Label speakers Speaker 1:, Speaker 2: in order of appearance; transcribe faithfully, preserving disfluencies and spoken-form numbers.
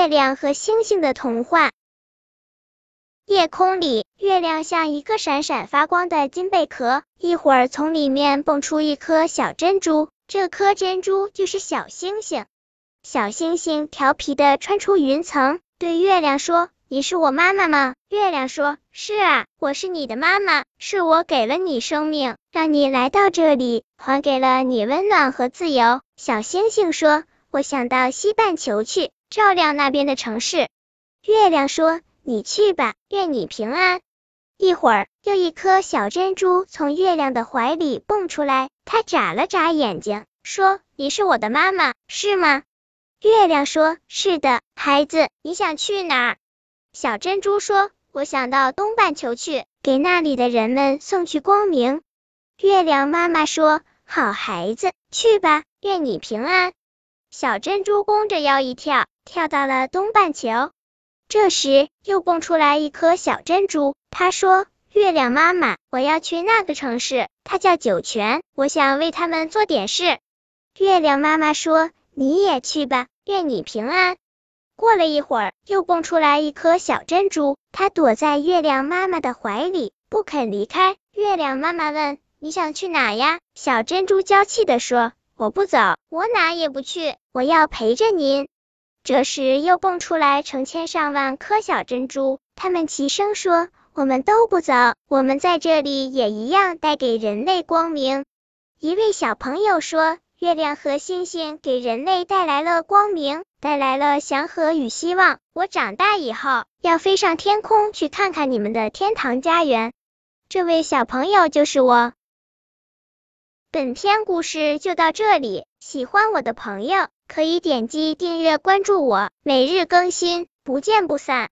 Speaker 1: 月亮和星星的童话。夜空里，月亮像一个闪闪发光的金贝壳，一会儿从里面蹦出一颗小珍珠，这颗珍珠就是小星星。小星星调皮地穿出云层，对月亮说：“你是我妈妈吗？”月亮说：“是啊，我是你的妈妈，是我给了你生命，让你来到这里，还给了你温暖和自由。”小星星说：“我想到西半球去，照亮那边的城市。”月亮说：“你去吧，愿你平安。”一会儿，又一颗小珍珠从月亮的怀里蹦出来，它眨了眨眼睛，说：“你是我的妈妈，是吗？”月亮说：“是的，孩子，你想去哪儿？”小珍珠说：“我想到东半球去，给那里的人们送去光明。”月亮妈妈说：“好孩子，去吧，愿你平安。”小珍珠弓着腰一跳，跳到了东半球。这时又蹦出来一颗小珍珠，它说：“月亮妈妈，我要去那个城市，它叫酒泉，我想为他们做点事。”月亮妈妈说：“你也去吧，愿你平安。”过了一会儿，又蹦出来一颗小珍珠，它躲在月亮妈妈的怀里，不肯离开。月亮妈妈问：“你想去哪呀？”小珍珠娇气地说：“我不走，我哪也不去，我要陪着您。”这时又蹦出来成千上万颗小珍珠，它们齐声说：“我们都不走，我们在这里也一样带给人类光明。”一位小朋友说：“月亮和星星给人类带来了光明，带来了祥和与希望。我长大以后要飞上天空去看看你们的天堂家园。”这位小朋友就是我。本篇故事就到这里，喜欢我的朋友可以点击订阅关注我，每日更新，不见不散。